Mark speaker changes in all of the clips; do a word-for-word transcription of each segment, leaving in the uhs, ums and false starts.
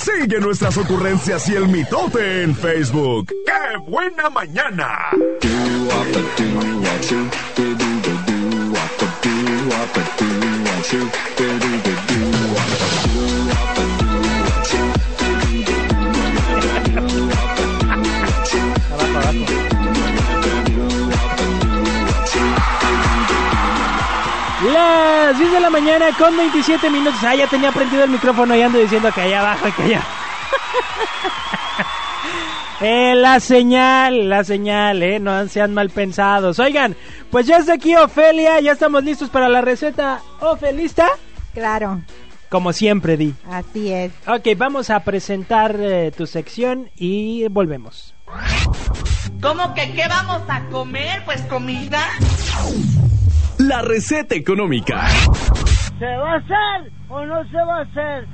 Speaker 1: Sigue nuestras ocurrencias y el mitote en Facebook. ¡Qué buena mañana!
Speaker 2: Las diez de la mañana con veintisiete minutos. Ah, ya tenía prendido el micrófono y ando diciendo que allá abajo, que allá. eh, la señal, la señal, eh, no sean mal pensados. Oigan, pues ya está aquí Ofelia, ya estamos listos para la receta. ¿Ofe, lista?
Speaker 3: Claro.
Speaker 2: Como siempre, Di.
Speaker 3: Así es.
Speaker 2: Ok, vamos a presentar eh, tu sección y volvemos.
Speaker 4: ¿Cómo que qué vamos a comer? Pues comida.
Speaker 1: La receta económica.
Speaker 5: ¿Se va a hacer o no se va a hacer?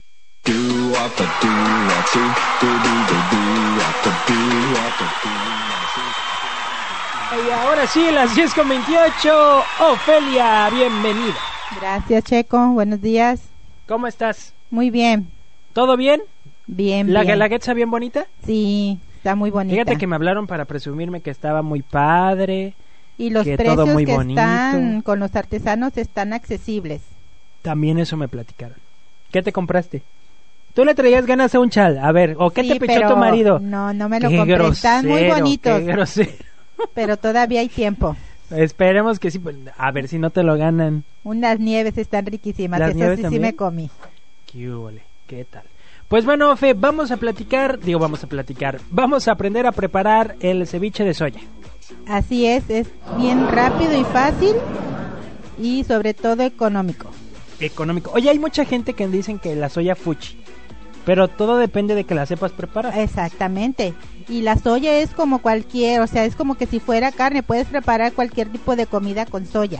Speaker 2: Y ahora sí, las diez con veintiocho. Ofelia, bienvenida.
Speaker 3: Gracias, Checo. Buenos días.
Speaker 2: ¿Cómo estás?
Speaker 3: Muy bien.
Speaker 2: ¿Todo bien?
Speaker 3: Bien,
Speaker 2: ¿La
Speaker 3: bien.
Speaker 2: guelaguetza bien bonita?
Speaker 3: Sí, está muy bonita.
Speaker 2: Fíjate que me hablaron para presumirme que estaba muy padre.
Speaker 3: Y los
Speaker 2: que
Speaker 3: precios
Speaker 2: todo muy
Speaker 3: que
Speaker 2: bonito.
Speaker 3: están con los artesanos están accesibles.
Speaker 2: También eso me platicaron. ¿Qué te compraste? Tú le traías ganas a un chal. A ver, ¿o qué
Speaker 3: Sí,
Speaker 2: te pichó
Speaker 3: pero
Speaker 2: tu marido?
Speaker 3: No, no me lo
Speaker 2: Qué
Speaker 3: compré.
Speaker 2: grosero,
Speaker 3: Están muy bonitos.
Speaker 2: Qué grosero.
Speaker 3: Pero todavía hay tiempo.
Speaker 2: Esperemos que sí. A ver si no te lo ganan.
Speaker 3: Unas nieves están riquísimas.
Speaker 2: ¿Las
Speaker 3: Eso
Speaker 2: nieves
Speaker 3: sí, sí
Speaker 2: también?
Speaker 3: me comí.
Speaker 2: Qué húbole, ¿qué tal? Pues bueno, Fe, vamos a platicar. Digo, vamos a platicar. Vamos a aprender a preparar el ceviche de soya.
Speaker 3: Así es, es bien rápido y fácil y sobre todo económico.
Speaker 2: Económico. Oye, hay mucha gente que dicen que la soya fuchi, pero todo depende de que la sepas preparar.
Speaker 3: Exactamente. Y la soya es como cualquier, o sea, es como que si fuera carne, puedes preparar cualquier tipo de comida con soya.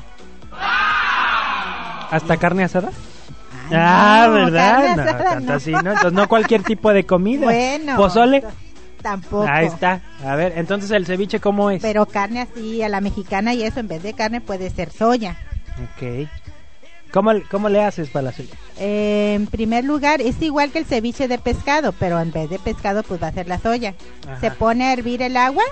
Speaker 2: ¿Hasta carne asada?
Speaker 3: Ay,
Speaker 2: Ah,
Speaker 3: no,
Speaker 2: ¿verdad?
Speaker 3: carne
Speaker 2: No,
Speaker 3: asada,
Speaker 2: tanto
Speaker 3: no.
Speaker 2: así, ¿no? Entonces no cualquier tipo de comida.
Speaker 3: Bueno.
Speaker 2: ¿Pozole?
Speaker 3: Tampoco.
Speaker 2: Ahí está. A ver, entonces el ceviche, ¿cómo es?
Speaker 3: Pero carne así a la mexicana y eso, en vez de carne puede ser soya.
Speaker 2: Ok. ¿Cómo, cómo le haces para la soya?
Speaker 3: Eh, en primer lugar, es igual que el ceviche de pescado, pero en vez de pescado pues va a ser la soya.
Speaker 2: Ajá.
Speaker 3: Se pone a hervir el agua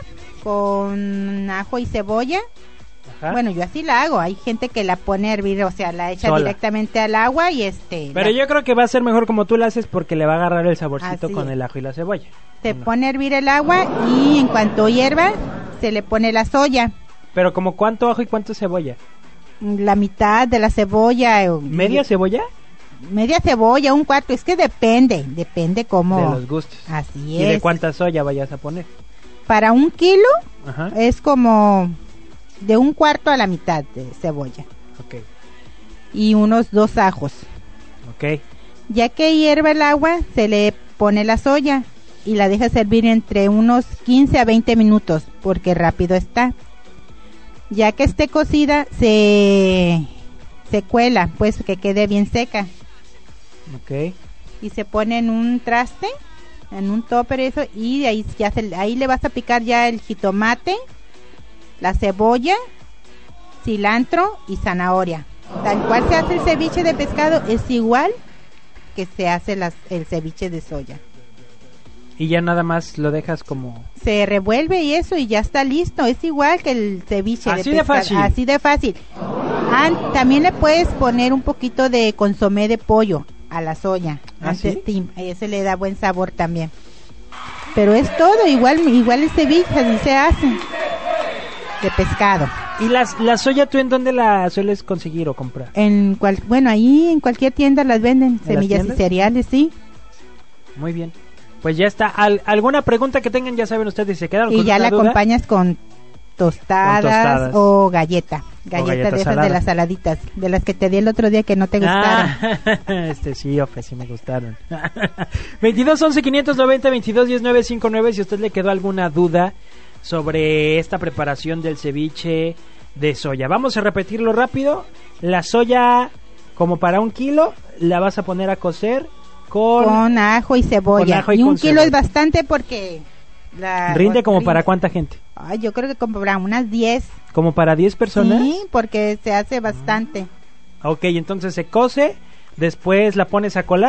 Speaker 3: con ajo y cebolla.
Speaker 2: Ajá.
Speaker 3: Bueno, yo así la hago. Hay gente que la pone a hervir, o sea, la echa
Speaker 2: Sola.
Speaker 3: directamente al agua y este...
Speaker 2: Pero
Speaker 3: la-
Speaker 2: yo creo que va a ser mejor como tú la haces porque le va a agarrar el saborcito
Speaker 3: Así
Speaker 2: con
Speaker 3: es.
Speaker 2: el ajo y la cebolla.
Speaker 3: Se
Speaker 2: No.
Speaker 3: pone a hervir el agua y en cuanto hierva, se le pone la soya.
Speaker 2: Pero como cuánto ajo y cuánto cebolla.
Speaker 3: La mitad de la cebolla. o-
Speaker 2: ¿Media cebolla?
Speaker 3: Media cebolla, un cuarto. Es que depende, depende cómo...
Speaker 2: De los gustos.
Speaker 3: Así
Speaker 2: ¿Y
Speaker 3: es.
Speaker 2: de cuánta soya vayas a poner?
Speaker 3: Para un kilo
Speaker 2: Ajá.
Speaker 3: es como de un cuarto a la mitad de cebolla.
Speaker 2: Ok.
Speaker 3: Y unos dos ajos.
Speaker 2: Ok.
Speaker 3: Ya que hierva el agua, se le pone la soya y la deja servir entre unos quince a veinte minutos, porque rápido está. Ya que esté cocida, se, se cuela, pues que quede bien seca.
Speaker 2: Ok.
Speaker 3: Y se pone en un traste, en un topper eso, y de ahí, ya se, ahí le vas a picar ya el jitomate, la cebolla, cilantro y zanahoria. Tal cual se hace el ceviche de pescado, es igual que se hace las, el ceviche de soya.
Speaker 2: Y ya nada más lo dejas como...
Speaker 3: Se revuelve y eso y ya está listo. Es igual que el ceviche
Speaker 2: Así
Speaker 3: de
Speaker 2: de
Speaker 3: pescado.
Speaker 2: fácil.
Speaker 3: Así de fácil. Ah, también le puedes poner un poquito de consomé de pollo a la soya.
Speaker 2: ¿Ah,
Speaker 3: antes,
Speaker 2: sí?
Speaker 3: sí, ese le da buen sabor también. Pero es todo, igual igual el ceviche así se hace. De pescado.
Speaker 2: ¿Y las, la soya tú en dónde la sueles conseguir o comprar?
Speaker 3: En cual, bueno, ahí en cualquier tienda las venden,
Speaker 2: las
Speaker 3: semillas y
Speaker 2: tiendas?
Speaker 3: cereales, sí.
Speaker 2: Muy bien. Pues ya está. Al, ¿Alguna pregunta que tengan? Ya saben ustedes, se quedaron
Speaker 3: Y
Speaker 2: con
Speaker 3: ya
Speaker 2: una
Speaker 3: la
Speaker 2: duda?
Speaker 3: acompañas con tostadas,
Speaker 2: Con tostadas.
Speaker 3: o galleta. Galleta
Speaker 2: galleta
Speaker 3: de esas
Speaker 2: salada.
Speaker 3: de las saladitas, de las que te di el otro día que no te gustaron.
Speaker 2: Ah, este sí, Ofe, sí me gustaron. veintidós once quinientos noventa veintidós diez nueve cincuenta y nueve. Si a usted le quedó alguna duda sobre esta preparación del ceviche de soya, vamos a repetirlo rápido. La soya, como para un kilo, la vas a poner a cocer con...
Speaker 3: Con ajo y cebolla.
Speaker 2: Con ajo y
Speaker 3: y un
Speaker 2: con
Speaker 3: kilo
Speaker 2: cebolla.
Speaker 3: es bastante porque... La,
Speaker 2: ¿Rinde como
Speaker 3: rinde.
Speaker 2: para cuánta gente?
Speaker 3: Ay, yo creo que como para unas diez.
Speaker 2: ¿Como para diez personas?
Speaker 3: Sí, porque se hace bastante.
Speaker 2: Ok, entonces se cose, después la pones a colar.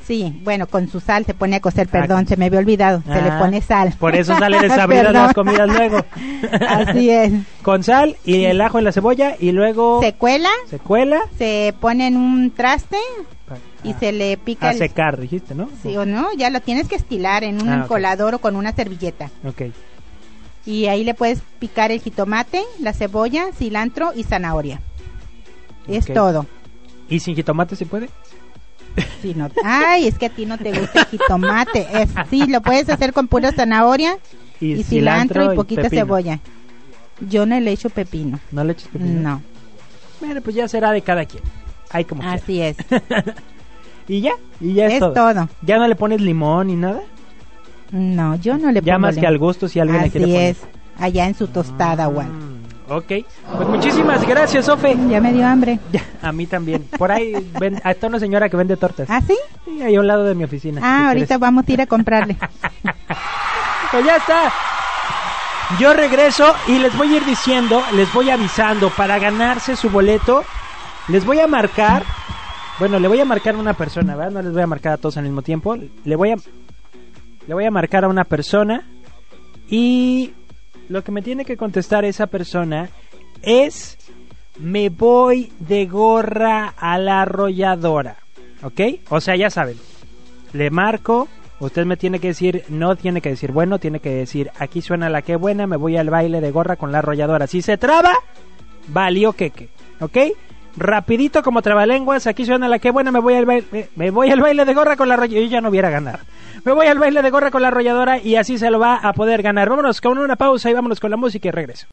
Speaker 3: Sí, bueno, con su sal se pone a cocer, perdón, ah, se me había olvidado, ah, se le pone sal.
Speaker 2: Por eso sale desabridas las comidas luego.
Speaker 3: Así es.
Speaker 2: Con sal y el ajo y la cebolla y luego...
Speaker 3: Se cuela.
Speaker 2: Se cuela.
Speaker 3: Se pone en un traste y ah, se le pica...
Speaker 2: A
Speaker 3: el...
Speaker 2: secar, dijiste, ¿no?
Speaker 3: Sí o no, ya lo tienes que estilar en un ah, colador okay. o con una servilleta.
Speaker 2: Ok.
Speaker 3: Y ahí le puedes picar el jitomate, la cebolla, cilantro y zanahoria. Es okay. todo.
Speaker 2: ¿Y sin jitomate se puede?
Speaker 3: Sí, no. Ay, es que a ti no te gusta el jitomate. Es, sí, lo puedes hacer con pura zanahoria y, y cilantro, cilantro y poquita y cebolla. Yo no le echo pepino.
Speaker 2: ¿No le echas pepino?
Speaker 3: No.
Speaker 2: Bueno, pues ya será de cada quien. Hay como
Speaker 3: Así
Speaker 2: quiera.
Speaker 3: es.
Speaker 2: Y ya, y ya es,
Speaker 3: es
Speaker 2: todo.
Speaker 3: todo.
Speaker 2: ¿Ya no le pones limón ni nada?
Speaker 3: No, yo no le pongo
Speaker 2: Ya más
Speaker 3: limón.
Speaker 2: Que al gusto si alguien
Speaker 3: Así
Speaker 2: le quiere poner.
Speaker 3: Así es, allá en su tostada, Juan.
Speaker 2: Mm. Ok, pues muchísimas gracias, Sofe.
Speaker 3: Ya me dio hambre.
Speaker 2: Ya, a mí también. Por ahí ven, está una señora que vende tortas.
Speaker 3: ¿Ah, sí?
Speaker 2: Sí, ahí a un lado de mi oficina.
Speaker 3: Ah,
Speaker 2: si
Speaker 3: ahorita
Speaker 2: quieres.
Speaker 3: Vamos a ir a comprarle.
Speaker 2: Pues ya está. Yo regreso y les voy a ir diciendo, les voy avisando, para ganarse su boleto, les voy a marcar, bueno, le voy a marcar a una persona, ¿verdad? No les voy a marcar a todos al mismo tiempo. Le voy a, le voy a marcar a una persona y... lo que me tiene que contestar esa persona es: me voy de gorra a la arrolladora, ¿ok? O sea, ya saben, le marco, usted me tiene que decir, no tiene que decir bueno, tiene que decir, aquí suena la que buena, me voy al baile de gorra con la arrolladora. Si se traba, valió queque, ¿ok? Rapidito como trabalenguas, aquí suena la que buena, me voy al baile, me voy al baile de gorra con la arrolladora. Yo ya no hubiera ganar. Me voy al baile de gorra con la arrolladora y así se lo va a poder ganar. Vámonos con una pausa y vámonos con la música y regreso.